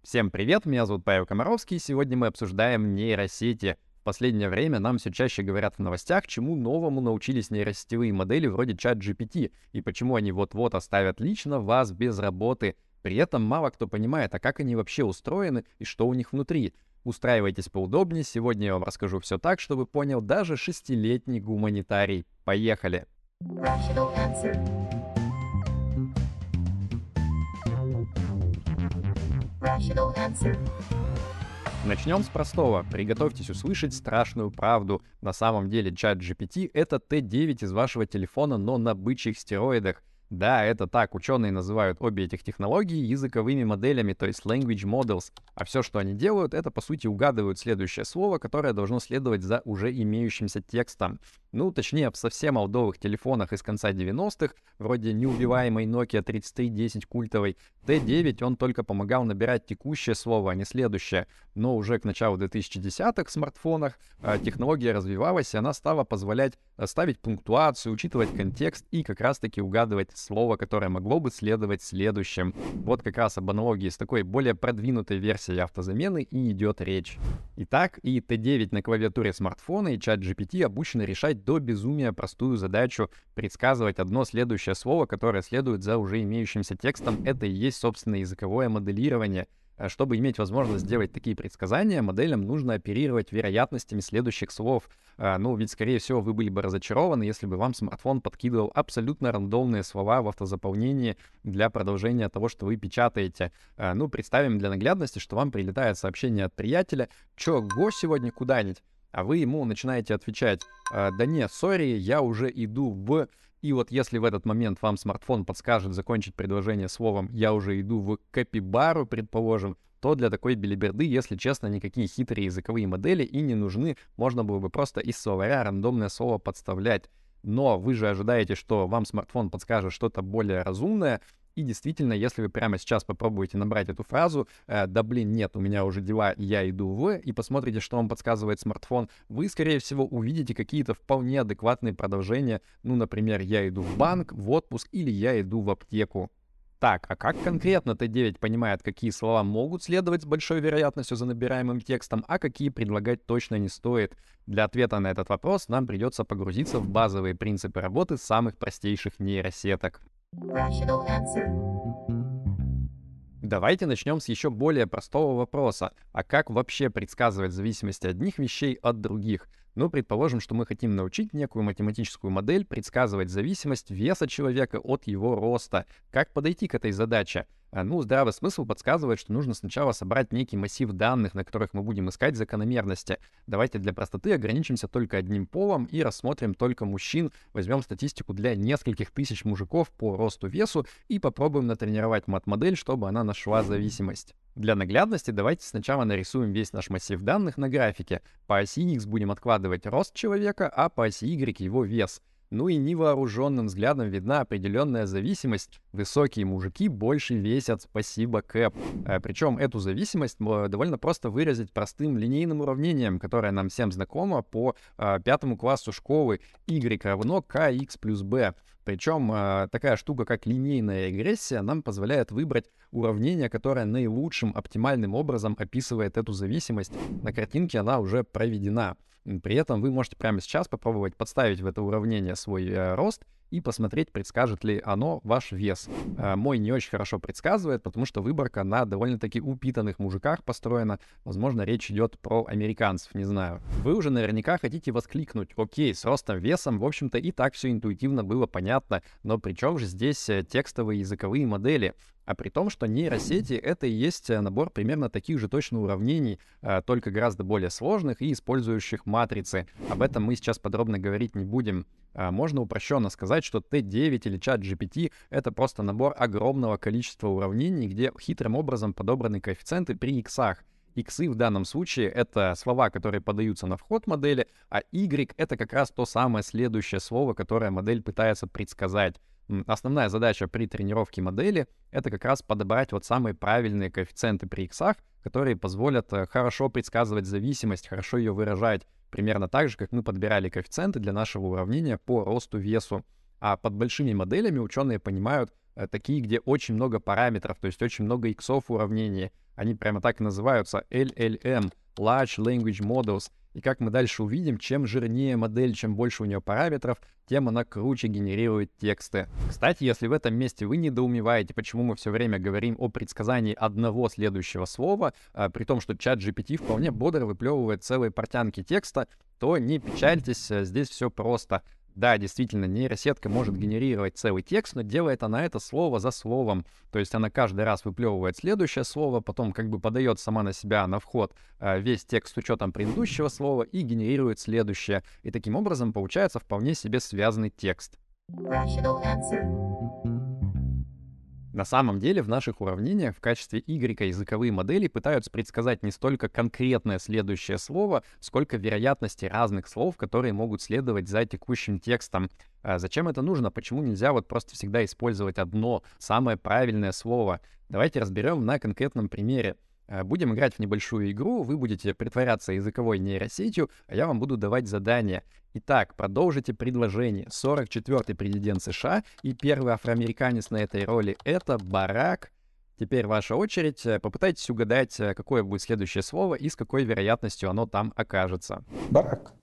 Всем привет, меня зовут Павел Комаровский, и сегодня мы обсуждаем нейросети. В последнее время нам все чаще говорят в новостях, чему новому научились нейросетевые модели вроде ChatGPT, и почему они вот-вот оставят лично вас без работы. При этом мало кто понимает, а как они вообще устроены и что у них внутри. Устраивайтесь поудобнее, сегодня я вам расскажу все так, чтобы понял даже шестилетний гуманитарий. Поехали! Rational answer. Rational answer. Начнем с простого. Приготовьтесь услышать страшную правду. На самом деле ChatGPT — это Т9 из вашего телефона, но на бычьих стероидах. Да, это так, ученые называют обе этих технологии языковыми моделями, то есть language models. А все, что они делают, это по сути угадывают следующее слово, которое должно следовать за уже имеющимся текстом. Ну, точнее, в совсем олдовых телефонах из конца 90-х, вроде неубиваемой Nokia 3310 культовой, Т9, он только помогал набирать текущее слово, а не следующее. Но уже к началу 2010-х в смартфонах технология развивалась, и она стала позволять ставить пунктуацию, учитывать контекст и как раз-таки угадывать слово, которое могло бы следовать следующим. Вот как раз об аналогии с такой более продвинутой версией автозамены и идет речь. Итак, и Т9 на клавиатуре смартфона, и ChatGPT обучены решать до безумия простую задачу предсказывать одно следующее слово, которое следует за уже имеющимся текстом. Это и есть, собственно, языковое моделирование. Чтобы иметь возможность сделать такие предсказания, моделям нужно оперировать вероятностями следующих слов. Ну, ведь, скорее всего, вы были бы разочарованы, если бы вам смартфон подкидывал абсолютно рандомные слова в автозаполнении для продолжения того, что вы печатаете. Ну, представим для наглядности, что вам прилетает сообщение от приятеля: «Чё, гость сегодня куда-нибудь?» А вы ему начинаете отвечать: «Да нет, сори, я уже иду в...» И вот если в этот момент вам смартфон подскажет закончить предложение словом «я уже иду в капибару», предположим, то для такой белиберды, если честно, никакие хитрые языковые модели и не нужны, можно было бы просто из словаря рандомное слово подставлять. Но вы же ожидаете, что вам смартфон подскажет что-то более разумное, и действительно, если вы прямо сейчас попробуете набрать эту фразу «да блин, нет, у меня уже дела, я иду в...», и посмотрите, что вам подсказывает смартфон, вы, скорее всего, увидите какие-то вполне адекватные продолжения. Ну, например, «я иду в банк, в отпуск» или «я иду в аптеку». Так, а как конкретно Т9 понимает, какие слова могут следовать с большой вероятностью за набираемым текстом, а какие предлагать точно не стоит? Для ответа на этот вопрос нам придется погрузиться в базовые принципы работы самых простейших нейросеток. Rational answer. Давайте начнем с еще более простого вопроса. А как вообще предсказывать зависимость одних вещей от других? Ну, предположим, что мы хотим научить некую математическую модель предсказывать зависимость веса человека от его роста. Как подойти к этой задаче? Ну, здравый смысл подсказывает, что нужно сначала собрать некий массив данных, на которых мы будем искать закономерности. Давайте для простоты ограничимся только одним полом и рассмотрим только мужчин. Возьмем статистику для нескольких тысяч мужиков по росту, весу и попробуем натренировать мат-модель, чтобы она нашла зависимость. Для наглядности давайте сначала нарисуем весь наш массив данных на графике. По оси X будем откладывать рост человека, а по оси Y его вес. Ну и невооруженным взглядом видна определенная зависимость. Высокие мужики больше весят, спасибо, Кэп. Причем эту зависимость довольно просто выразить простым линейным уравнением, которое нам всем знакомо по 5 классу школы. Y равно kx плюс b. Причем такая штука, как линейная регрессия, нам позволяет выбрать уравнение, которое наилучшим, оптимальным образом описывает эту зависимость. На картинке она уже проведена. При этом вы можете прямо сейчас попробовать подставить в это уравнение свой рост и посмотреть, предскажет ли оно ваш вес. Мой не очень хорошо предсказывает, потому что выборка на довольно-таки упитанных мужиках построена. Возможно, речь идет про американцев, не знаю. Вы уже наверняка хотите воскликнуть: окей, с ростом, весом, в общем-то, и так все интуитивно было понятно, но при чем же здесь текстовые языковые модели? А при том, что нейросети — это и есть набор примерно таких же точно уравнений, только гораздо более сложных и использующих матрицы. Об этом мы сейчас подробно говорить не будем. Можно упрощенно сказать, что Т9 или ChatGPT — это просто набор огромного количества уравнений, где хитрым образом подобраны коэффициенты при иксах. Иксы в данном случае — это слова, которые подаются на вход модели, а Y — это как раз то самое следующее слово, которое модель пытается предсказать. Основная задача при тренировке модели — это как раз подобрать вот самые правильные коэффициенты при иксах, которые позволят хорошо предсказывать зависимость, хорошо ее выражать, примерно так же, как мы подбирали коэффициенты для нашего уравнения по росту, весу. А под большими моделями ученые понимают такие, где очень много параметров, то есть очень много иксов уравнений. Они прямо так и называются LLM, Large Language Models. И как мы дальше увидим, чем жирнее модель, чем больше у нее параметров, тем она круче генерирует тексты. Кстати, если в этом месте вы недоумеваете, почему мы все время говорим о предсказании одного следующего слова, при том, что чат GPT вполне бодро выплевывает целые портянки текста, то не печальтесь, здесь все просто. Да, действительно, нейросетка может генерировать целый текст, но делает она это слово за словом. То есть она каждый раз выплевывает следующее слово, потом как бы подает сама на себя на вход весь текст с учетом предыдущего слова и генерирует следующее. И таким образом получается вполне себе связанный текст. Rational answer. На самом деле в наших уравнениях в качестве Y языковые модели пытаются предсказать не столько конкретное следующее слово, сколько вероятности разных слов, которые могут следовать за текущим текстом. Зачем это нужно? Почему нельзя вот просто всегда использовать одно, самое правильное слово? Давайте разберем на конкретном примере. Будем играть в небольшую игру, вы будете притворяться языковой нейросетью, а я вам буду давать задания. Итак, продолжите предложение. 44-й президент США и первый афроамериканец на этой роли — это Барак. Теперь ваша очередь. Попытайтесь угадать, какое будет следующее слово и с какой вероятностью оно там окажется. Барак.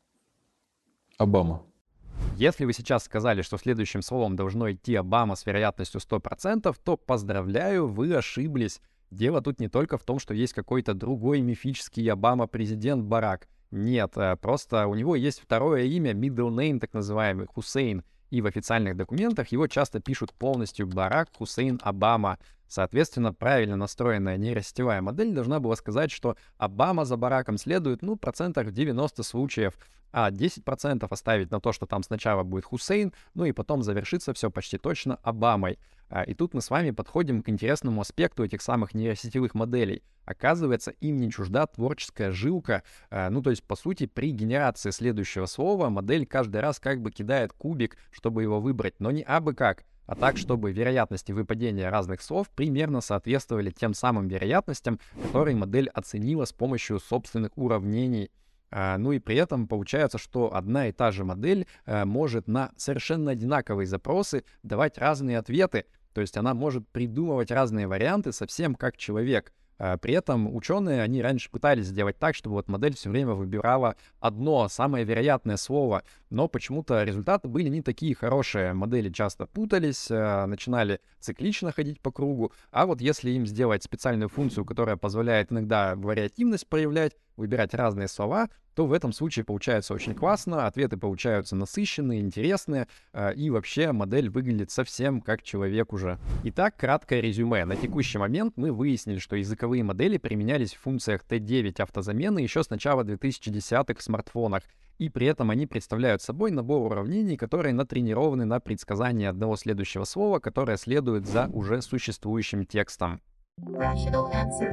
Обама. Если вы сейчас сказали, что следующим словом должно идти Обама с вероятностью 100%, то поздравляю, вы ошиблись. Дело тут не только в том, что есть какой-то другой мифический Обама-президент Барак. Нет, просто у него есть второе имя, middle name, так называемый, Хусейн. И в официальных документах его часто пишут полностью Барак Хусейн Обама. Соответственно, правильно настроенная нейросетевая модель должна была сказать, что Обама за Бараком следует, процентах в 90 случаев, а 10% оставить на то, что там сначала будет Хусейн, и потом завершится все почти точно Обамой. И тут мы с вами подходим к интересному аспекту этих самых нейросетевых моделей. Оказывается, им не чужда творческая жилка. То есть, по сути, при генерации следующего слова модель каждый раз как бы кидает кубик, чтобы его выбрать, но не абы как, а так, чтобы вероятности выпадения разных слов примерно соответствовали тем самым вероятностям, которые модель оценила с помощью собственных уравнений. И при этом получается, что одна и та же модель может на совершенно одинаковые запросы давать разные ответы. То есть она может придумывать разные варианты совсем как человек. При этом ученые, они раньше пытались сделать так, чтобы вот модель все время выбирала одно самое вероятное слово, но почему-то результаты были не такие хорошие. Модели часто путались, начинали циклично ходить по кругу, а вот если им сделать специальную функцию, которая позволяет иногда вариативность проявлять, выбирать разные слова, то в этом случае получается очень классно, ответы получаются насыщенные, интересные, и вообще модель выглядит совсем как человек уже. Итак, краткое резюме. На текущий момент мы выяснили, что языковые модели применялись в функциях T9 автозамены еще с начала 2010-х в смартфонах, и при этом они представляют собой набор уравнений, которые натренированы на предсказание одного следующего слова, которое следует за уже существующим текстом. Rational answer.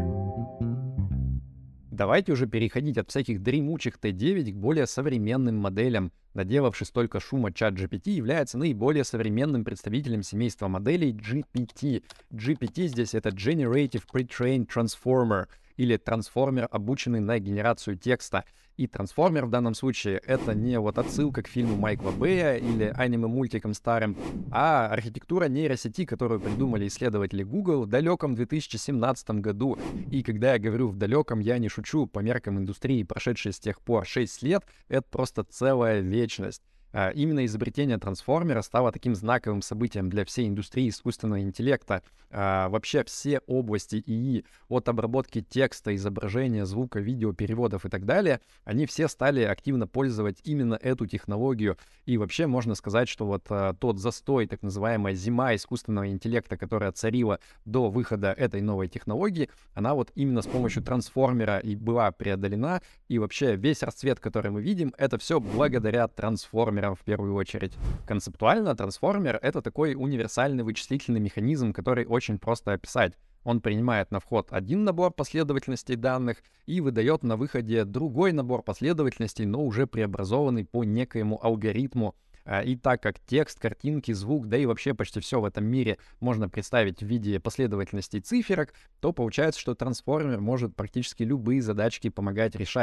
Давайте уже переходить от всяких дремучих T9 к более современным моделям. Наделавший столько шума ChatGPT является наиболее современным представителем семейства моделей GPT. GPT здесь это Generative Pre-trained Transformer, или трансформер, обученный на генерацию текста. И трансформер в данном случае это не вот отсылка к фильму Майкла Бэя или аниме-мультикам старым, а архитектура нейросети, которую придумали исследователи Google в далеком 2017 году. И когда я говорю в далеком, я не шучу, по меркам индустрии, прошедшей с тех пор 6 лет, это просто целая вечность. Именно изобретение трансформера стало таким знаковым событием для всей индустрии искусственного интеллекта. Вообще все области ИИ, от обработки текста, изображения, звука, видео, переводов и так далее, они все стали активно пользовать именно эту технологию. И вообще можно сказать, что вот тот застой, так называемая зима искусственного интеллекта, которая царила до выхода этой новой технологии, она вот именно с помощью трансформера и была преодолена. И вообще весь расцвет, который мы видим, это все благодаря трансформерам в первую очередь. Концептуально трансформер — это такой универсальный вычислительный механизм, который очень просто описать. Он принимает на вход один набор последовательностей данных и выдает на выходе другой набор последовательностей, но уже преобразованный по некоему алгоритму. И так как текст, картинки, звук, да и вообще почти все в этом мире можно представить в виде последовательностей циферок, то получается, что трансформер может практически любые задачки помогать решать.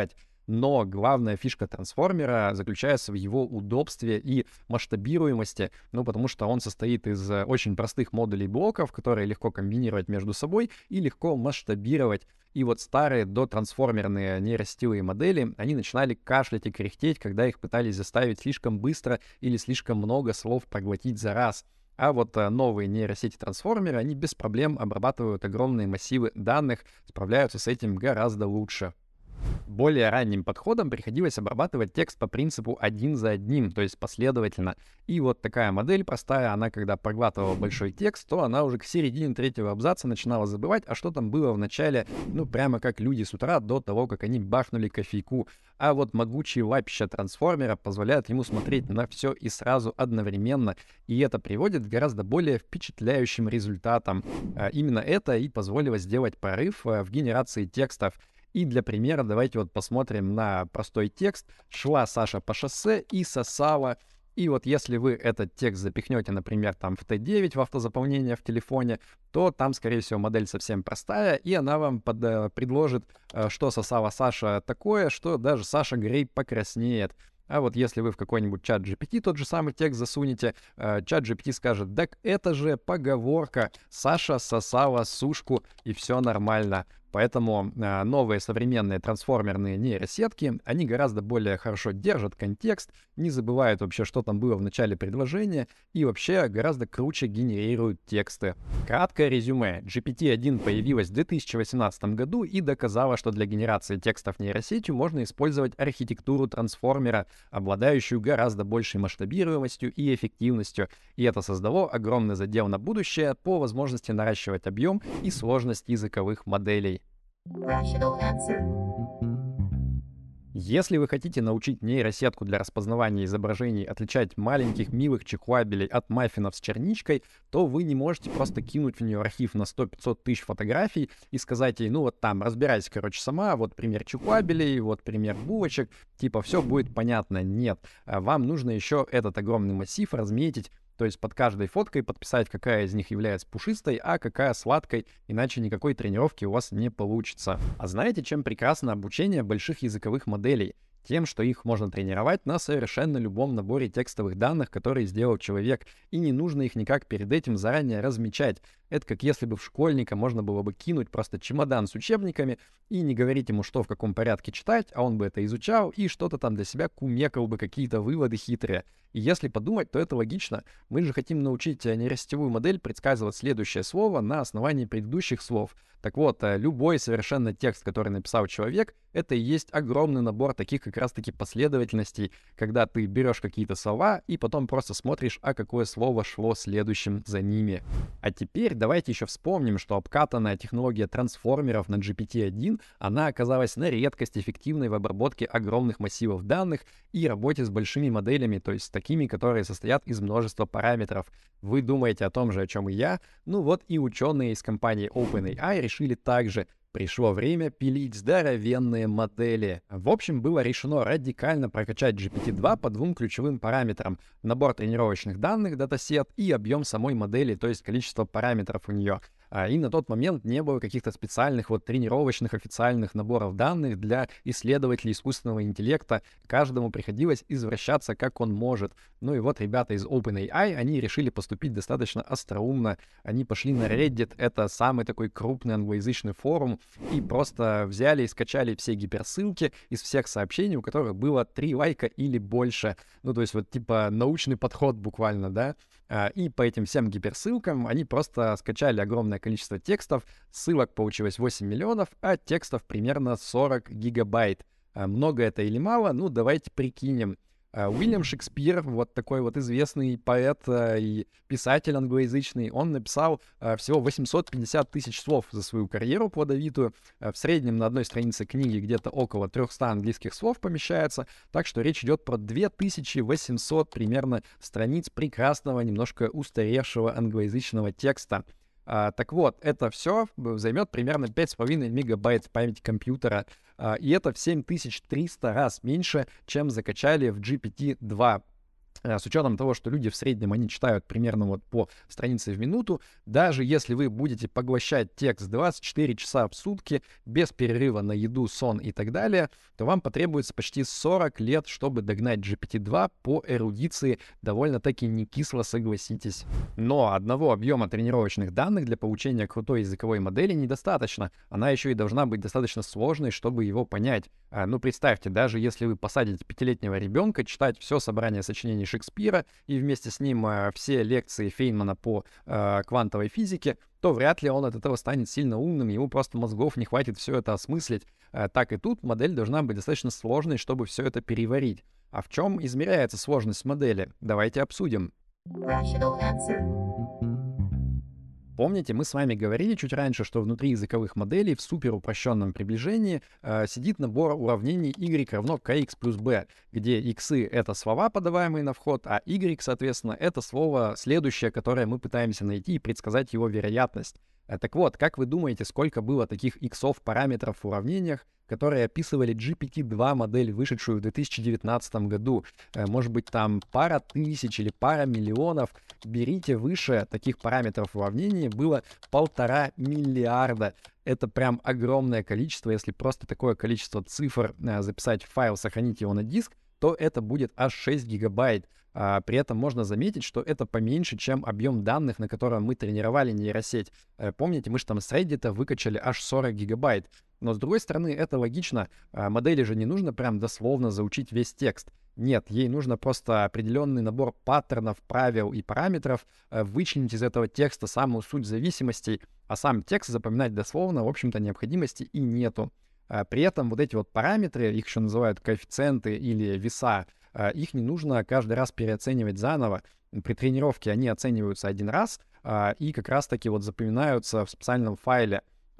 Но главная фишка трансформера заключается в его удобстве и масштабируемости, ну, потому что он состоит из очень простых модулей блоков, которые легко комбинировать между собой и легко масштабировать. И вот старые дотрансформерные нейросетевые модели, они начинали кашлять и кряхтеть, когда их пытались заставить слишком быстро или слишком много слов проглотить за раз. А вот новые нейросети-трансформеры, они без проблем обрабатывают огромные массивы данных, справляются с этим гораздо лучше. Более ранним подходом приходилось обрабатывать текст по принципу один за одним, то есть последовательно. И вот такая модель простая, она когда проглатывала большой текст, то она уже к середине третьего абзаца начинала забывать, а что там было в начале, ну прямо как люди с утра до того, как они бахнули кофейку. А вот могучие лапища трансформера позволяют ему смотреть на все и сразу одновременно, и это приводит к гораздо более впечатляющим результатам. Именно это и позволило сделать прорыв в генерации текстов. И для примера давайте вот посмотрим на простой текст. Шла Саша по шоссе и сосала. И вот если вы этот текст запихнете, например, там в Т9 в автозаполнение в телефоне, то там, скорее всего, модель совсем простая, и она вам предложит, что сосала Саша такое, что даже Саша Грей покраснеет. А вот если вы в какой-нибудь чат GPT тот же самый текст засунете, чат GPT скажет: так это же поговорка, Саша сосала сушку, и все нормально. Поэтому новые современные трансформерные нейросетки, они гораздо более хорошо держат контекст, не забывают вообще, что там было в начале предложения, и вообще гораздо круче генерируют тексты. Краткое резюме. GPT-1 появилась в 2018 году и доказала, что для генерации текстов нейросетью можно использовать архитектуру трансформера, обладающую гораздо большей масштабируемостью и эффективностью. И это создало огромный задел на будущее по возможности наращивать объем и сложность языковых моделей. Rational answer. Если вы хотите научить нейросетку для распознавания изображений отличать маленьких милых чихуабелей от маффинов с черничкой, то вы не можете просто кинуть в нее архив на 100-500 тысяч фотографий и сказать ей: ну вот там, разбирайся, короче, сама, вот пример чихуабелей, вот пример булочек, типа все будет понятно. Нет, вам нужно еще этот огромный массив разметить, то есть под каждой фоткой подписать, какая из них является пушистой, а какая сладкой, иначе никакой тренировки у вас не получится. А знаете, чем прекрасно обучение больших языковых моделей? Тем, что их можно тренировать на совершенно любом наборе текстовых данных, которые сделал человек, и не нужно их никак перед этим заранее размечать. Это как если бы в школьника можно было бы кинуть просто чемодан с учебниками и не говорить ему, что в каком порядке читать, а он бы это изучал и что-то там для себя кумекал бы, какие-то выводы хитрые. И если подумать, то это логично. Мы же хотим научить нейросетевую модель предсказывать следующее слово на основании предыдущих слов. Так вот, любой совершенно текст, который написал человек, это и есть огромный набор таких как раз-таки последовательностей, когда ты берешь какие-то слова и потом просто смотришь, а какое слово шло следующим за ними. А теперь давайте еще вспомним, что обкатанная технология трансформеров на GPT-1, она оказалась на редкость эффективной в обработке огромных массивов данных и работе с большими моделями, то есть такими, которые состоят из множества параметров. Вы думаете о том же, о чем и я? Ну вот и ученые из компании OpenAI решили также. Пришло время пилить здоровенные модели. В общем, было решено радикально прокачать GPT-2 по двум ключевым параметрам: набор тренировочных данных, датасет, и объем самой модели, то есть количество параметров у нее. И на тот момент не было каких-то специальных вот тренировочных официальных наборов данных для исследователей искусственного интеллекта. Каждому приходилось извращаться как он может. Ну и вот ребята из OpenAI, они решили поступить достаточно остроумно. Они пошли на Reddit, это самый такой крупный англоязычный форум, и просто взяли и скачали все гиперссылки из всех сообщений, у которых было 3 лайка или больше. Ну то есть вот типа научный подход буквально, да? И по этим всем гиперссылкам они просто скачали огромное количество текстов. Ссылок получилось 8 миллионов, а текстов примерно 40 гигабайт. Много это или мало? Ну, давайте прикинем. Уильям Шекспир, вот такой вот известный поэт и писатель англоязычный, он написал всего 850 тысяч слов за свою карьеру плодовитую. В среднем на одной странице книги где-то около 300 английских слов помещается, так что речь идет про 2800 примерно страниц прекрасного, немножко устаревшего англоязычного текста. Так вот, это все займет примерно 5,5 мегабайт памяти компьютера, и это в 7300 раз меньше, чем закачали в GPT-2. с учетом того, что люди в среднем, они читают примерно вот по странице в минуту, даже если вы будете поглощать текст 24 часа в сутки, без перерыва на еду, сон и так далее, то вам потребуется почти 40 лет, чтобы догнать GPT-2 по эрудиции, довольно-таки не кисло, согласитесь. Но одного объема тренировочных данных для получения крутой языковой модели недостаточно. Она еще и должна быть достаточно сложной, чтобы его понять. Ну, представьте, даже если вы посадите 5-летнего ребенка читать все собрание сочинений Шекспира и вместе с ним все лекции Фейнмана по квантовой физике, то вряд ли он от этого станет сильно умным, ему просто мозгов не хватит все это осмыслить. Так и тут модель должна быть достаточно сложной, чтобы все это переварить. А в чем измеряется сложность модели? Давайте обсудим. Rational answer. Помните, мы с вами говорили чуть раньше, что внутри языковых моделей в суперупрощенном приближении сидит набор уравнений y равно kx плюс b, где x — это слова, подаваемые на вход, а y, соответственно, это слово следующее, которое мы пытаемся найти и предсказать его вероятность. Так вот, как вы думаете, сколько было таких иксов параметров в уравнениях, которые описывали GPT-2 модель, вышедшую в 2019 году? Может быть, там пара тысяч или пара миллионов. Берите выше таких параметров в уравнении, было 1,5 миллиарда. Это прям огромное количество. Если просто такое количество цифр записать в файл, сохранить его на диск, то это будет аж 6 гигабайт. При этом можно заметить, что это поменьше, чем объем данных, на котором мы тренировали нейросеть. Помните, мы же там с Reddit выкачали аж 40 гигабайт. Но с другой стороны, это логично. Модели же не нужно прям дословно заучить весь текст. Нет, ей нужно просто определенный набор паттернов, правил и параметров вычленить из этого текста самую суть зависимостей, а сам текст запоминать дословно, в общем-то, необходимости и нету. При этом вот эти вот параметры, их еще называют коэффициенты или веса, их не нужно каждый раз переоценивать заново. При тренировке они оцениваются один раз и как раз-таки вот запоминаются в специальном файле.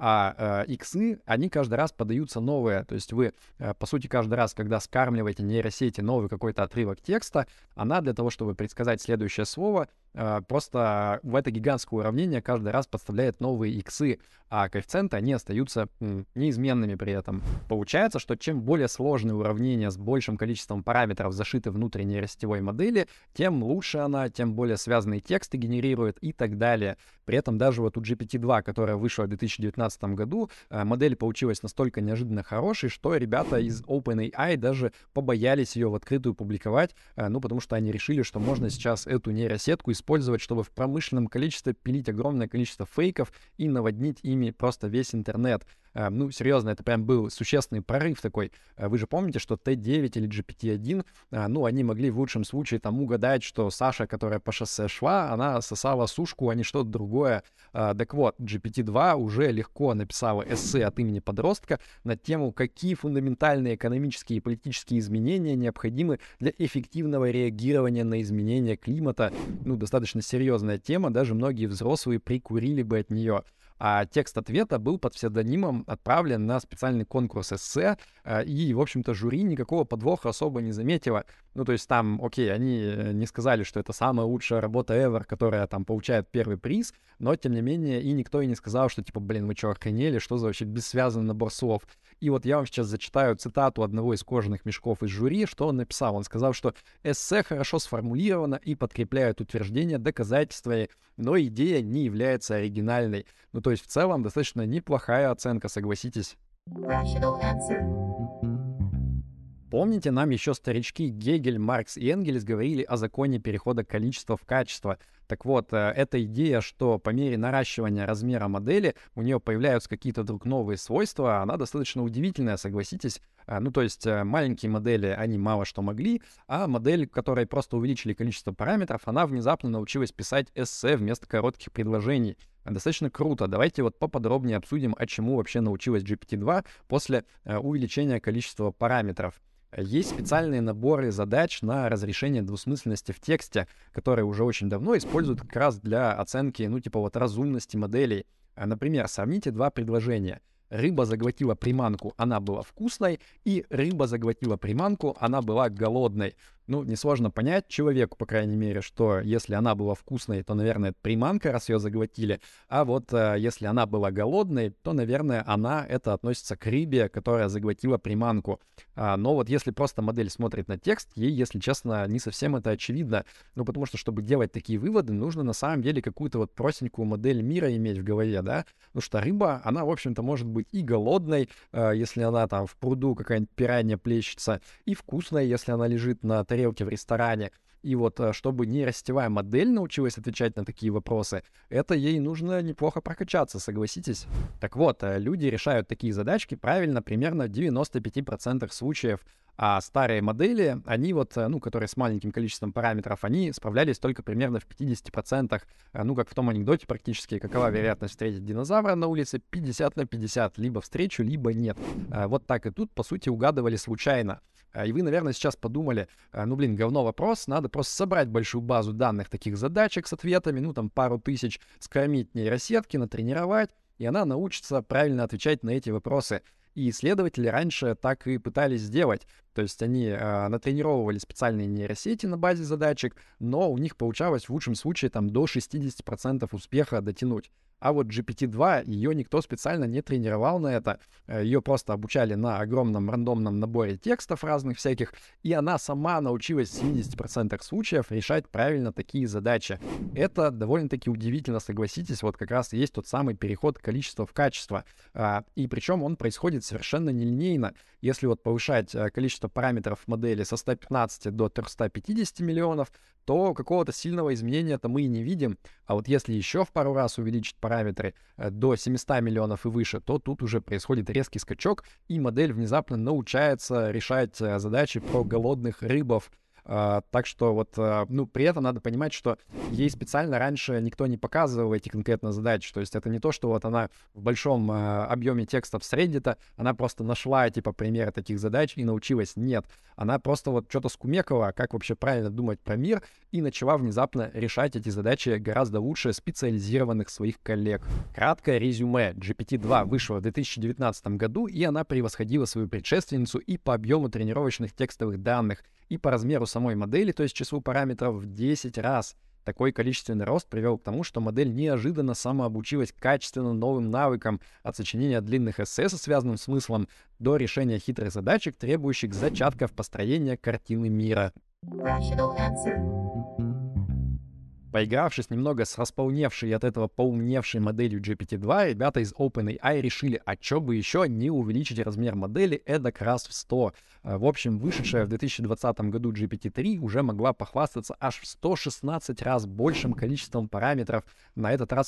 А иксы, они каждый раз подаются новые. То есть вы, по сути, каждый раз, когда скармливаете нейросети новый какой-то отрывок текста, она для того, чтобы предсказать следующее слово, просто в это гигантское уравнение каждый раз подставляет новые иксы, а коэффициенты, они остаются неизменными при этом. Получается, что чем более сложные уравнения с большим количеством параметров зашиты внутрь нейросетевой модели, тем лучше она, тем более связанные тексты генерирует и так далее. При этом даже вот у GPT-2, которая вышла в 2019 году, модель получилась настолько неожиданно хорошей, что ребята из OpenAI даже побоялись ее в открытую публиковать, потому что они решили, что можно сейчас эту нейросетку использовать, чтобы в промышленном количестве пилить огромное количество фейков и наводнить ими просто весь интернет. Серьезно, это прям был существенный прорыв такой. Вы же помните, что T9 или GPT-1, они могли в лучшем случае там угадать, что Саша, которая по шоссе шла, она сосала сушку, а не что-то другое. Так вот, GPT-2 уже легко написала эссе от имени подростка на тему, какие фундаментальные экономические и политические изменения необходимы для эффективного реагирования на изменения климата. Достаточно серьезная тема, даже многие взрослые прикурили бы от нее. А текст ответа был под псевдонимом отправлен на специальный конкурс эссе, и, в общем-то, жюри никакого подвоха особо не заметило. То есть там, окей, они не сказали, что это самая лучшая работа ever, которая там получает первый приз, но, тем не менее, и никто и не сказал, что, типа, вы что, охренели, что за вообще бессвязанный набор слов. И вот я вам сейчас зачитаю цитату одного из кожаных мешков из жюри, что он написал. Он сказал, что эссе хорошо сформулировано и подкрепляет утверждения доказательствами, но идея не является оригинальной. То есть в целом достаточно неплохая оценка, согласитесь. Rational answer. Помните, нам еще старички Гегель, Маркс и Энгельс говорили о законе перехода количества в качество. Так вот, эта идея, что по мере наращивания размера модели у нее появляются какие-то вдруг новые свойства, она достаточно удивительная, согласитесь. То есть маленькие модели, они мало что могли, а модель, которой просто увеличили количество параметров, она внезапно научилась писать эссе вместо коротких предложений. Достаточно круто. Давайте вот поподробнее обсудим, а чему вообще научилась GPT-2 после увеличения количества параметров. Есть специальные наборы задач на разрешение двусмысленности в тексте, которые уже очень давно используют как раз для оценки, разумности моделей. Например, сравните два предложения. Рыба заглотила приманку, она была вкусной, и рыба заглотила приманку, она была голодной. Ну, несложно понять человеку, по крайней мере, что если она была вкусной, то, наверное, это приманка, раз ее заглотили. А вот если она была голодной, то, наверное, это относится к рыбе, которая заглотила приманку. Но вот если просто модель смотрит на текст, ей, если честно, не совсем это очевидно. Ну, потому что, чтобы делать такие выводы, нужно на самом деле какую-то вот простенькую модель мира иметь в голове, да? Потому что рыба, она, в общем-то, может быть и голодной, если она там в пруду какая-нибудь пиранья плещется, и вкусной, если она лежит на тарелке в ресторане. И вот чтобы нейросетевая модель научилась отвечать на такие вопросы, это ей нужно неплохо прокачаться, согласитесь? Так вот, люди решают такие задачки правильно примерно в 95% случаев, а старые модели, они вот, которые с маленьким количеством параметров, они справлялись только примерно в 50%. Ну, как в том анекдоте практически, какова вероятность встретить динозавра на улице? 50/50. Либо встречу, либо нет. Вот так и тут, по сути, угадывали случайно. И вы, наверное, сейчас подумали, говно вопрос, надо просто собрать большую базу данных таких задачек с ответами, там пару тысяч, скормить нейросетки, натренировать, и она научится правильно отвечать на эти вопросы. И исследователи раньше так и пытались сделать. То есть они натренировывали специальные нейросети на базе задачек, но у них получалось в лучшем случае до 60% успеха дотянуть. А вот GPT-2, ее никто специально не тренировал на это. Ее просто обучали на огромном рандомном наборе текстов разных всяких, и она сама научилась в 70% случаев решать правильно такие задачи. Это довольно-таки удивительно, согласитесь, вот как раз и есть тот самый переход количества в качество. И причем он происходит совершенно нелинейно. Если вот повышать количество параметров модели со 115 до 350 миллионов, то какого-то сильного изменения-то мы и не видим. А вот если еще в пару раз увеличить параметры до 700 миллионов и выше, то тут уже происходит резкий скачок, и модель внезапно научается решать задачи про голодных рыбов. Так что вот, при этом надо понимать, что ей специально раньше никто не показывал эти конкретно задачи. То есть это не то, что вот она в большом объеме текстов с Reddit, она просто нашла, примеры таких задач и научилась. Нет. Она просто вот что-то скумекала, как вообще правильно думать про мир, и начала внезапно решать эти задачи гораздо лучше специализированных своих коллег. Краткое резюме. GPT-2 вышла в 2019 году, и она превосходила свою предшественницу и по объему тренировочных текстовых данных, и по размеру самой модели, то есть числу параметров, в 10 раз. Такой количественный рост привел к тому, что модель неожиданно самообучилась качественно новым навыкам от сочинения длинных эссе со связанным смыслом до решения хитрых задачек, требующих зачатков построения картины мира. Rational answer. Поигравшись немного с располневшей и от этого поумневшей моделью GPT-2, ребята из OpenAI решили, а чё бы еще не увеличить размер модели эдак раз в 100. В общем, вышедшая в 2020 году GPT-3 уже могла похвастаться аж в 116 раз большим количеством параметров, на этот раз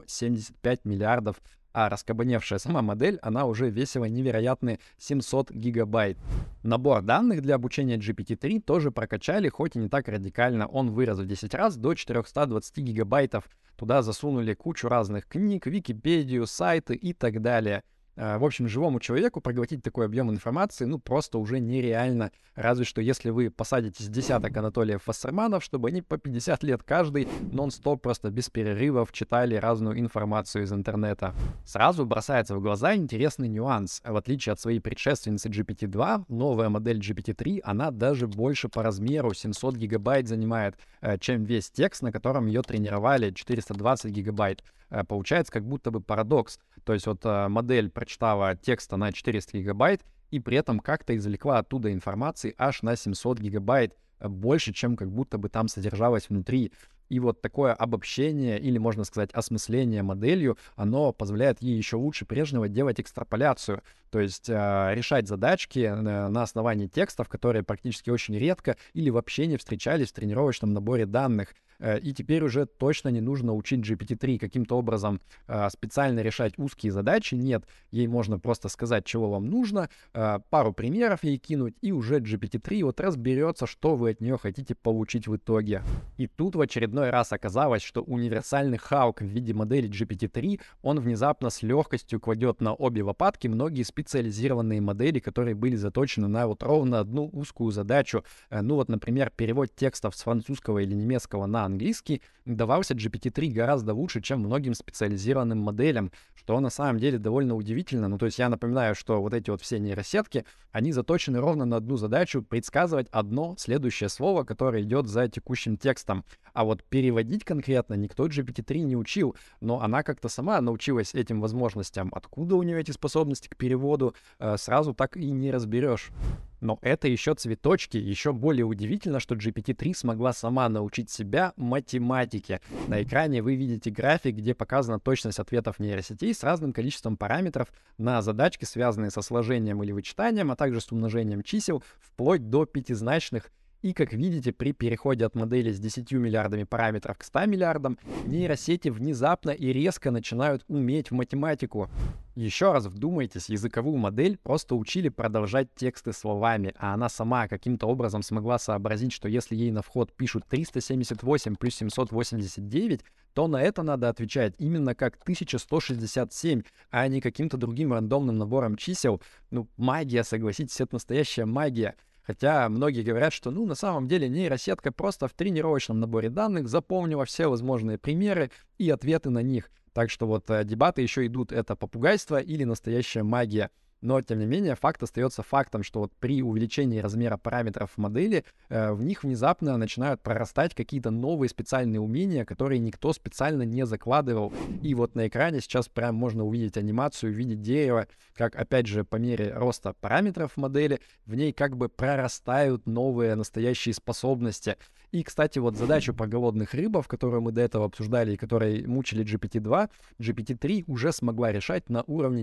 175 миллиардов. А раскабаневшая сама модель, она уже весила невероятные 700 гигабайт. Набор данных для обучения GPT-3 тоже прокачали, хоть и не так радикально. Он вырос в 10 раз до 420 гигабайтов. Туда засунули кучу разных книг, Википедию, сайты и так далее. В общем, живому человеку проглотить такой объем информации, просто уже нереально. Разве что если вы посадите с десяток Анатолиев Вассерманов, чтобы они по 50 лет каждый нон-стоп просто без перерывов читали разную информацию из интернета. Сразу бросается в глаза интересный нюанс. В отличие от своей предшественницы GPT-2, новая модель GPT-3, она даже больше по размеру, 700 гигабайт занимает, чем весь текст, на котором ее тренировали, 420 гигабайт. Получается как будто бы парадокс. То есть вот модель прочитала текста на 400 гигабайт и при этом как-то извлекла оттуда информации аж на 700 гигабайт, больше, чем как будто бы там содержалось внутри. И вот такое обобщение, или, можно сказать, осмысление моделью, оно позволяет ей еще лучше прежнего делать экстраполяцию, то есть решать задачки на основании текстов, которые практически очень редко или вообще не встречались в тренировочном наборе данных. И теперь уже точно не нужно учить GPT-3 каким-то образом специально решать узкие задачи. Нет, ей можно просто сказать, чего вам нужно, пару примеров ей кинуть, и уже GPT-3 вот разберется, что вы от нее хотите получить в итоге. И тут в очередной раз оказалось, что универсальный Хаук в виде модели GPT-3, он внезапно с легкостью кладет на обе лопатки многие специализированные модели, которые были заточены на вот ровно одну узкую задачу. Например, перевод текстов с французского или немецкого на на английский, давался GPT-3 гораздо лучше, чем многим специализированным моделям, что на самом деле довольно удивительно. Ну, то есть я напоминаю, что вот эти вот все нейросетки, они заточены ровно на одну задачу — предсказывать одно следующее слово, которое идет за текущим текстом. А вот переводить конкретно никто GPT-3 не учил, но она как-то сама научилась этим возможностям. Откуда у нее эти способности к переводу, сразу так и не разберешь. Но это еще цветочки. Еще более удивительно, что GPT-3 смогла сама научить себя математике. На экране вы видите график, где показана точность ответов нейросетей с разным количеством параметров на задачки, связанные со сложением или вычитанием, а также с умножением чисел, вплоть до пятизначных. И, как видите, при переходе от модели с 10 миллиардами параметров к 100 миллиардам, нейросети внезапно и резко начинают уметь в математику. Еще раз вдумайтесь, языковую модель просто учили продолжать тексты словами, а она сама каким-то образом смогла сообразить, что если ей на вход пишут 378 плюс 789, то на это надо отвечать именно как 1167, а не каким-то другим рандомным набором чисел. Ну, магия, согласитесь, это настоящая магия. Хотя многие говорят, что, на самом деле нейросетка просто в тренировочном наборе данных запомнила все возможные примеры и ответы на них. Так что вот дебаты еще идут, это попугайство или настоящая магия. Но, тем не менее, факт остается фактом, что вот при увеличении размера параметров модели в них внезапно начинают прорастать какие-то новые специальные умения, которые никто специально не закладывал. И вот на экране сейчас прям можно увидеть анимацию, увидеть дерево, как, опять же, по мере роста параметров модели, в ней как бы прорастают новые настоящие способности. И, кстати, вот задачу про голодных рыбов, которую мы до этого обсуждали и которые мучили GPT-2, GPT-3 уже смогла решать на уровне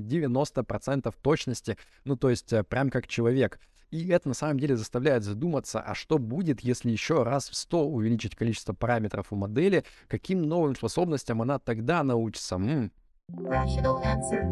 90% точности, то есть прям как человек. И это на самом деле заставляет задуматься, а что будет, если еще раз в 100 увеличить количество параметров у модели, каким новым способностям она тогда научится? Rational answer.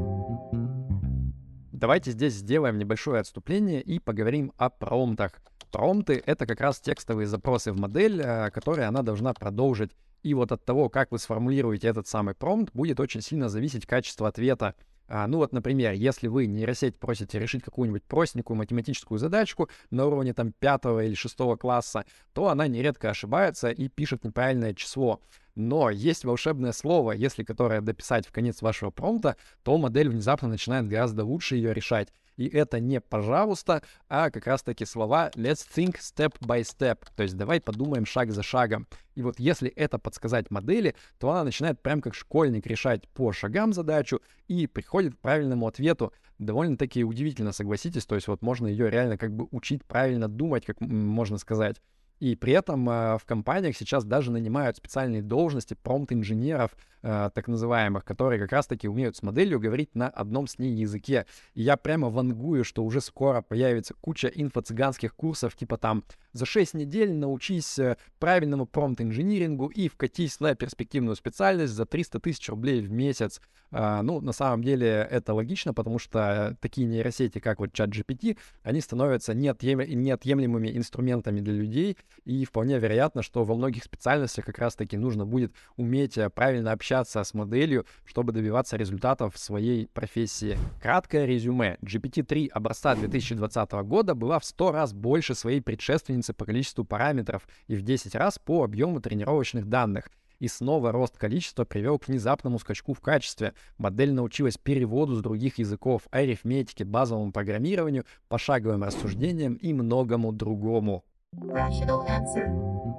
Давайте здесь сделаем небольшое отступление и поговорим о промптах. Промпты — это как раз текстовые запросы в модель, которые она должна продолжить. И вот от того, как вы сформулируете этот самый промпт, будет очень сильно зависеть качество ответа. Например, если вы нейросеть просите решить какую-нибудь простенькую математическую задачку на уровне 5 или 6 класса, то она нередко ошибается и пишет неправильное число. Но есть волшебное слово, если которое дописать в конец вашего промпта, то модель внезапно начинает гораздо лучше ее решать. И это не «пожалуйста», а как раз-таки слова «let's think step by step», то есть давай подумаем шаг за шагом. И вот если это подсказать модели, то она начинает прям как школьник решать по шагам задачу и приходит к правильному ответу. Довольно-таки удивительно, согласитесь, то есть вот можно ее реально как бы учить правильно думать, как можно сказать. И при этом в компаниях сейчас даже нанимают специальные должности промпт-инженеров, так называемых, которые как раз-таки умеют с моделью говорить на одном с ней языке. И я прямо вангую, что уже скоро появится куча инфо-цыганских курсов, типа там за 6 недель научись правильному промпт-инжинирингу и вкатись на перспективную специальность за 300 тысяч рублей в месяц. На самом деле это логично, потому что такие нейросети, как вот ChatGPT, они становятся неотъемлемыми инструментами для людей, и вполне вероятно, что во многих специальностях как раз-таки нужно будет уметь правильно общаться с моделью, чтобы добиваться результатов в своей профессии. Краткое резюме. GPT-3 образца 2020 года была в 100 раз больше своей предшественницы по количеству параметров и в 10 раз по объему тренировочных данных. И снова рост количества привел к внезапному скачку в качестве. Модель научилась переводу с других языков, арифметике, базовому программированию, пошаговым рассуждениям и многому другому. Rational answer.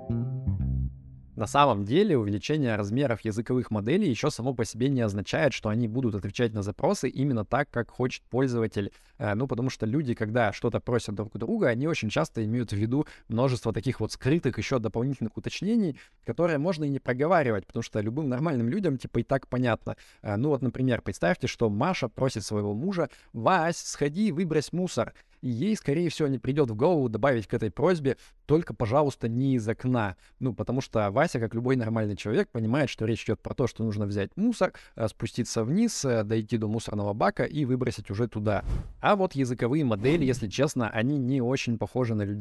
На самом деле увеличение размеров языковых моделей еще само по себе не означает, что они будут отвечать на запросы именно так, как хочет пользователь. Потому что люди, когда что-то просят друг у друга, они очень часто имеют в виду множество таких вот скрытых еще дополнительных уточнений, которые можно и не проговаривать, потому что любым нормальным людям типа и так понятно. Например, представьте, что Маша просит своего мужа: «Вась, сходи, выбрось мусор». И ей, скорее всего, не придет в голову добавить к этой просьбе «только, пожалуйста, не из окна». Потому что Вася, как любой нормальный человек, понимает, что речь идет про то, что нужно взять мусор, спуститься вниз, дойти до мусорного бака и выбросить уже туда. А вот языковые модели, если честно, они не очень похожи на людей.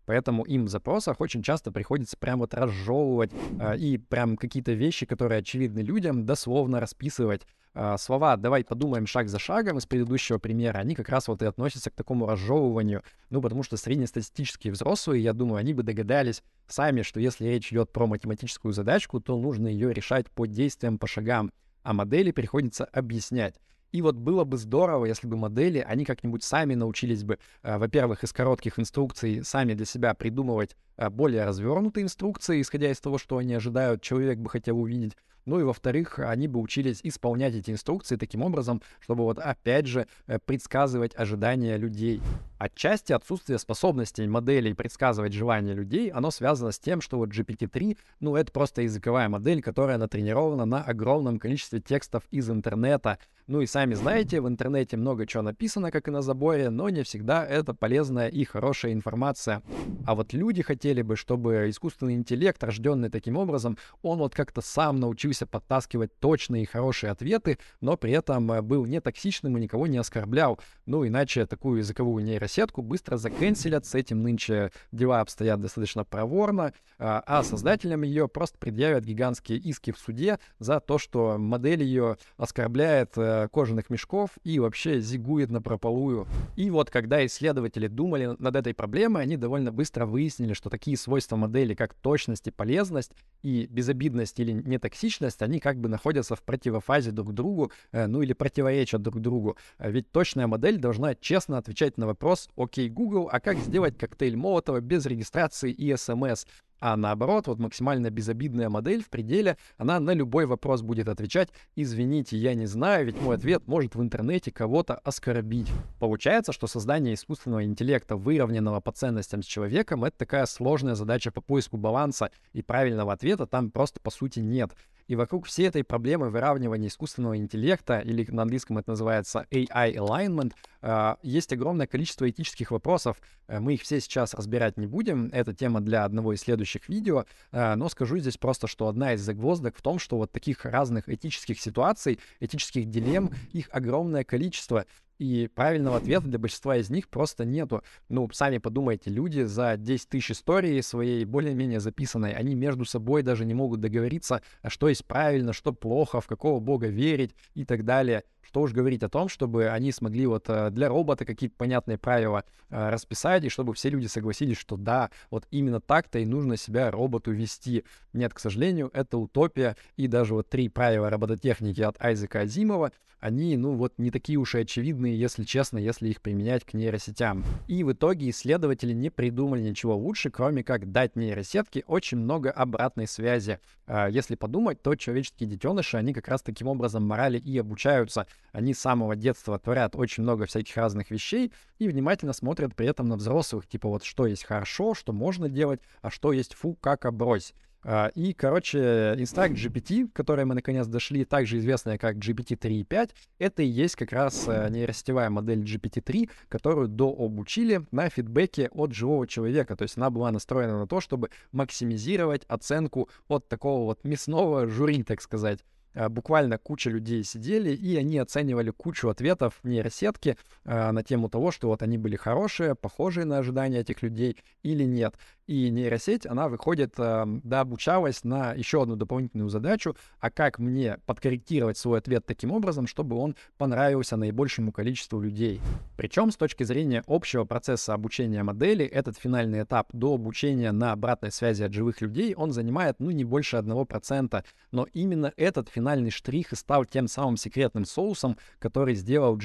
Поэтому им в запросах очень часто приходится прям вот разжевывать и прям какие-то вещи, которые очевидны людям, дословно расписывать. Слова «давай подумаем шаг за шагом» из предыдущего примера, они как раз вот и относятся к такому разжевыванию. Ну, потому что среднестатистические взрослые, я думаю, они бы догадались сами, что если речь идет про математическую задачку, то нужно ее решать по действиям, по шагам, а модели приходится объяснять. И вот было бы здорово, если бы модели, они как-нибудь сами научились бы, во-первых, из коротких инструкций сами для себя придумывать более развернутые инструкции, исходя из того, что они ожидают, человек бы хотел увидеть. Ну и, во-вторых, они бы учились исполнять эти инструкции таким образом, чтобы вот опять же предсказывать ожидания людей. Отчасти отсутствие способностей моделей предсказывать желания людей, оно связано с тем, что вот GPT-3, ну, это просто языковая модель, которая натренирована на огромном количестве текстов из интернета. Ну и сами знаете, в интернете много чего написано, как и на заборе, но не всегда это полезная и хорошая информация. А вот люди хотели бы, чтобы искусственный интеллект, рожденный таким образом, он вот как-то сам научился подтаскивать точные и хорошие ответы, но при этом был не токсичным и никого не оскорблял. Ну, иначе такую языковую нейросетку быстро закэнселят, с этим нынче дела обстоят достаточно проворно, а создателям ее просто предъявят гигантские иски в суде за то, что модель ее оскорбляет кожаных мешков и вообще зигует напропалую. И вот когда исследователи думали над этой проблемой, они довольно быстро выяснили, что такие свойства модели, как точность и полезность, и безобидность или нетоксичность, они как бы находятся в противофазе друг к другу, ну или противоречат друг другу. Ведь точная модель должна честно отвечать на вопрос: «Окей, Google, а как сделать коктейль Молотова без регистрации и СМС?» А наоборот, вот максимально безобидная модель в пределе, она на любой вопрос будет отвечать: «Извините, я не знаю, ведь мой ответ может в интернете кого-то оскорбить». Получается, что создание искусственного интеллекта, выровненного по ценностям с человеком, это такая сложная задача по поиску баланса, и правильного ответа там просто по сути нет. И вокруг всей этой проблемы выравнивания искусственного интеллекта, или на английском это называется AI alignment, есть огромное количество этических вопросов. Мы их все сейчас разбирать не будем, это тема для одного из следующих видео, но скажу здесь просто, что одна из загвоздок в том, что вот таких разных этических ситуаций, этических дилемм, их огромное количество. И правильного ответа для большинства из них просто нету. Ну, сами подумайте, люди за 10 тысяч историй своей более-менее записанной, они между собой даже не могут договориться, что есть правильно, что плохо, в какого бога верить и так далее. Что уж говорить о том, чтобы они смогли вот для робота какие-то понятные правила расписать, и чтобы все люди согласились, что да, вот именно так-то и нужно себя роботу вести. Нет, к сожалению, это утопия, и даже вот 3 правила робототехники от Айзека Азимова, они, ну вот, не такие уж и очевидные, если честно, если их применять к нейросетям. И в итоге исследователи не придумали ничего лучше, кроме как дать нейросетке очень много обратной связи. Если подумать, то человеческие детеныши, они как раз таким образом морали и обучаются. Они с самого детства творят очень много всяких разных вещей и внимательно смотрят при этом на взрослых, типа вот что есть хорошо, что можно делать, а что есть фу, как брось. И, короче, Instruct GPT, к которой мы наконец дошли, также известная как GPT-3.5, это и есть как раз нейросетевая модель GPT-3, которую дообучили на фидбэке от живого человека. То есть она была настроена на то, чтобы максимизировать оценку от такого вот мясного жюри, так сказать. Буквально куча людей сидели, и они оценивали кучу ответов нейросетки на тему того, что вот они были хорошие, похожие на ожидания этих людей или нет. И нейросеть, она выходит, дообучалась на еще одну дополнительную задачу: а как мне подкорректировать свой ответ таким образом, чтобы он понравился наибольшему количеству людей. Причем с точки зрения общего процесса обучения модели, этот финальный этап до обучения на обратной связи от живых людей, он занимает, ну, не больше 1%. Но именно этот финальный штрих и стал тем самым секретным соусом, который сделал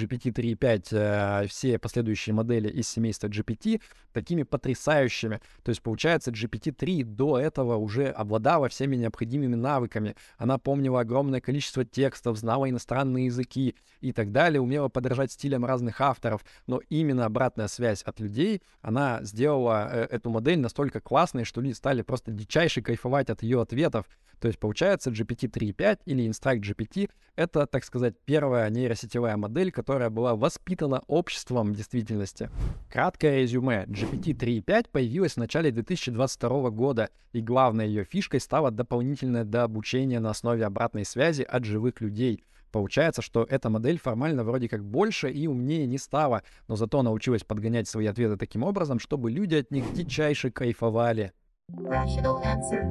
GPT-3.5, все последующие модели из семейства GPT, такими потрясающими. То есть, получается, GPT-3 до этого уже обладала всеми необходимыми навыками. Она помнила огромное количество текстов, знала иностранные языки и так далее, умела подражать стилям разных авторов. Но именно обратная связь от людей, она сделала эту модель настолько классной, что люди стали просто дичайше кайфовать от ее ответов. То есть, получается, GPT-3.5 или Instruct GPT — это, так сказать, первая нейросетевая модель, которая была воспитана обществом в действительности. Краткое резюме. GPT-3.5 появилась в начале 2022 года, и главной ее фишкой стало дополнительное дообучение на основе обратной связи от живых людей. Получается, что эта модель формально вроде как больше и умнее не стала, но зато научилась подгонять свои ответы таким образом, чтобы люди от них дичайше кайфовали. Rational answer.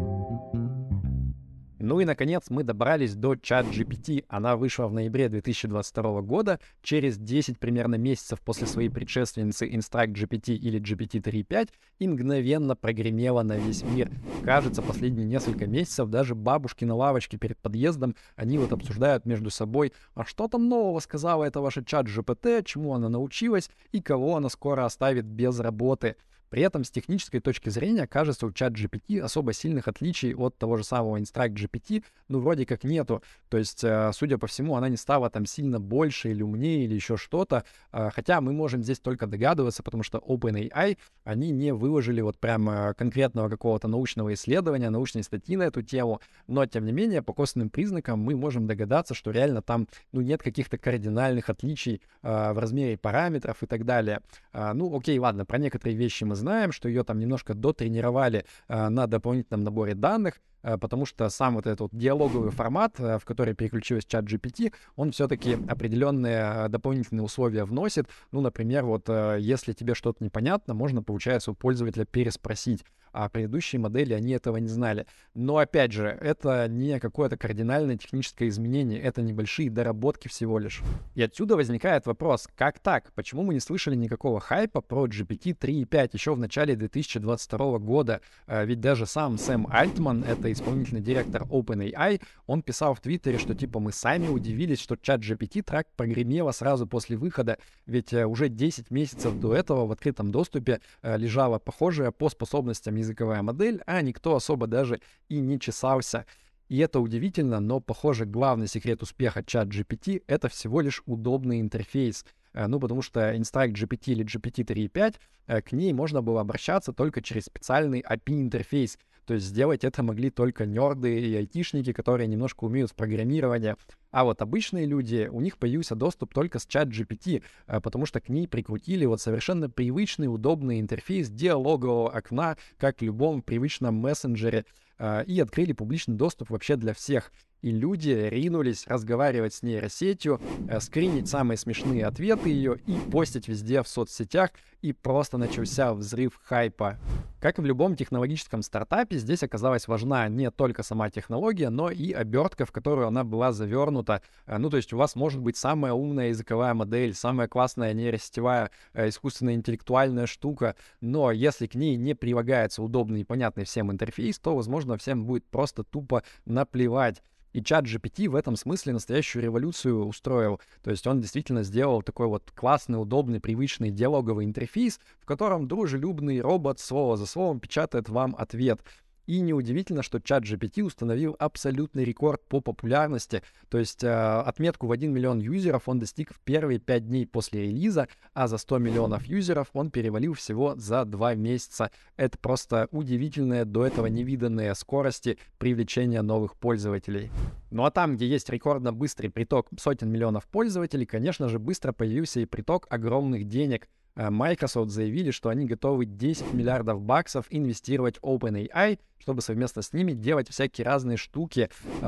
Ну и, наконец, мы добрались до ChatGPT. Она вышла в ноябре 2022 года, через 10 примерно месяцев после своей предшественницы InstructGPT или GPT-3.5, и мгновенно прогремела на весь мир. Кажется, последние несколько месяцев даже бабушки на лавочке перед подъездом, они вот обсуждают между собой, а что там нового сказала эта ваша ChatGPT, чему она научилась и кого она скоро оставит без работы. При этом с технической точки зрения, кажется, у ChatGPT особо сильных отличий от того же самого InstructGPT, ну, вроде как нету. То есть, судя по всему, она не стала там сильно больше или умнее или еще что-то. Хотя мы можем здесь только догадываться, потому что OpenAI, они не выложили вот прям конкретного какого-то научного исследования, научной статьи на эту тему. Но, тем не менее, по косвенным признакам мы можем догадаться, что реально там, ну, нет каких-то кардинальных отличий в размере параметров и так далее. Ну, окей, ладно, про некоторые вещи мы знаем, что ее там немножко дотренировали на дополнительном наборе данных, потому что сам вот этот вот диалоговый формат, в который переключилась ChatGPT, он все-таки определенные дополнительные условия вносит. Ну, например, вот если тебе что-то непонятно, можно, получается, у пользователя переспросить. А предыдущие модели, они этого не знали. Но, опять же, это не какое-то кардинальное техническое изменение, это небольшие доработки всего лишь. И отсюда возникает вопрос, как так? Почему мы не слышали никакого хайпа про GPT 3.5 еще в начале 2022 года? Ведь даже сам Сэм Альтман, это исполнительный директор OpenAI, он писал в Твиттере, что типа мы сами удивились, что ChatGPT так прогремело сразу после выхода, ведь уже 10 месяцев до этого в открытом доступе лежала похожая по способностям языковая модель, а никто особо даже и не чесался. И это удивительно, но, похоже, главный секрет успеха ChatGPT — это всего лишь удобный интерфейс. Ну, потому что InstructGPT или GPT 3.5, к ней можно было обращаться только через специальный API-интерфейс. То есть сделать это могли только нерды и айтишники, которые немножко умеют в программировании. А вот обычные люди, у них появился доступ только с ChatGPT, потому что к ней прикрутили вот совершенно привычный, удобный интерфейс диалогового окна, как в любом привычном мессенджере, и открыли публичный доступ вообще для всех. И люди ринулись разговаривать с нейросетью, скринить самые смешные ответы ее и постить везде в соцсетях, и просто начался взрыв хайпа. Как и в любом технологическом стартапе, здесь оказалась важна не только сама технология, но и обертка, в которую она была завернута. Ну, то есть у вас может быть самая умная языковая модель, самая классная нейросетевая искусственная интеллектуальная штука, но если к ней не прилагается удобный и понятный всем интерфейс, то, возможно, всем будет просто тупо наплевать. И ChatGPT в этом смысле настоящую революцию устроил. То есть он действительно сделал такой вот классный, удобный, привычный диалоговый интерфейс, в котором дружелюбный робот слово за словом печатает вам ответ. И неудивительно, что ChatGPT установил абсолютный рекорд по популярности. То есть отметку в 1 миллион юзеров он достиг в первые 5 дней после релиза, а за 100 миллионов юзеров он перевалил всего за 2 месяца. Это просто удивительные, до этого невиданные скорости привлечения новых пользователей. Ну а там, где есть рекордно быстрый приток сотен миллионов пользователей, конечно же, быстро появился и приток огромных денег. Microsoft заявили, что они готовы 10 миллиардов баксов инвестировать в OpenAI, чтобы совместно с ними делать всякие разные штуки.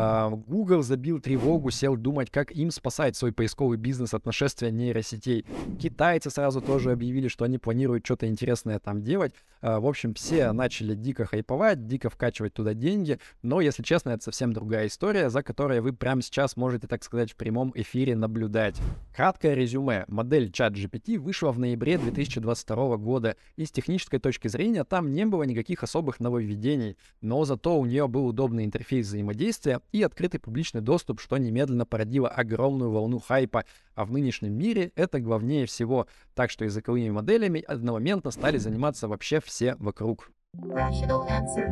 Google забил тревогу, сел думать, как им спасать свой поисковый бизнес от нашествия нейросетей. Китайцы сразу тоже объявили, что они планируют что-то интересное там делать. В общем, все начали дико хайповать, дико вкачивать туда деньги. Но, если честно, это совсем другая история, за которой вы прямо сейчас можете, так сказать, в прямом эфире наблюдать. Краткое резюме. Модель ChatGPT вышла в ноябре 2022 года, и с технической точки зрения там не было никаких особых нововведений, но зато у нее был удобный интерфейс взаимодействия и открытый публичный доступ, что немедленно породило огромную волну хайпа, а в нынешнем мире это главнее всего, так что языковыми моделями одномоментно стали заниматься вообще все вокруг. Rational answer.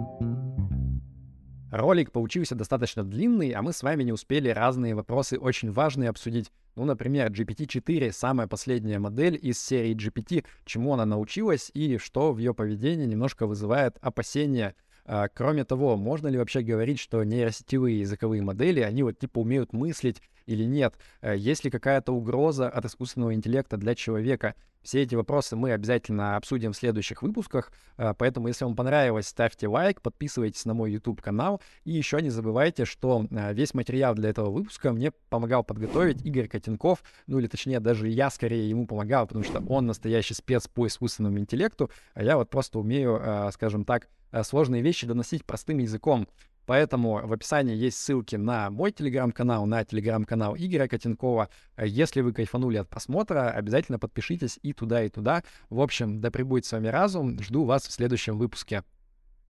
Ролик получился достаточно длинный, а мы с вами не успели разные вопросы очень важные обсудить. Ну, например, GPT-4 — самая последняя модель из серии GPT, чему она научилась и что в ее поведении немножко вызывает опасения. Кроме того, можно ли вообще говорить, что нейросетевые языковые модели, они вот типа умеют мыслить или нет? Есть ли какая-то угроза от искусственного интеллекта для человека? Все эти вопросы мы обязательно обсудим в следующих выпусках, поэтому, если вам понравилось, ставьте лайк, подписывайтесь на мой YouTube-канал, и еще не забывайте, что весь материал для этого выпуска мне помогал подготовить Игорь Котенков, ну или точнее даже я скорее ему помогал, потому что он настоящий спец по искусственному интеллекту, а я вот просто умею, скажем так, сложные вещи доносить простым языком. Поэтому в описании есть ссылки на мой телеграм-канал, на телеграм-канал Игоря Котенкова. Если вы кайфанули от просмотра, обязательно подпишитесь и туда, и туда. В общем, да пребудет с вами разум. Жду вас в следующем выпуске.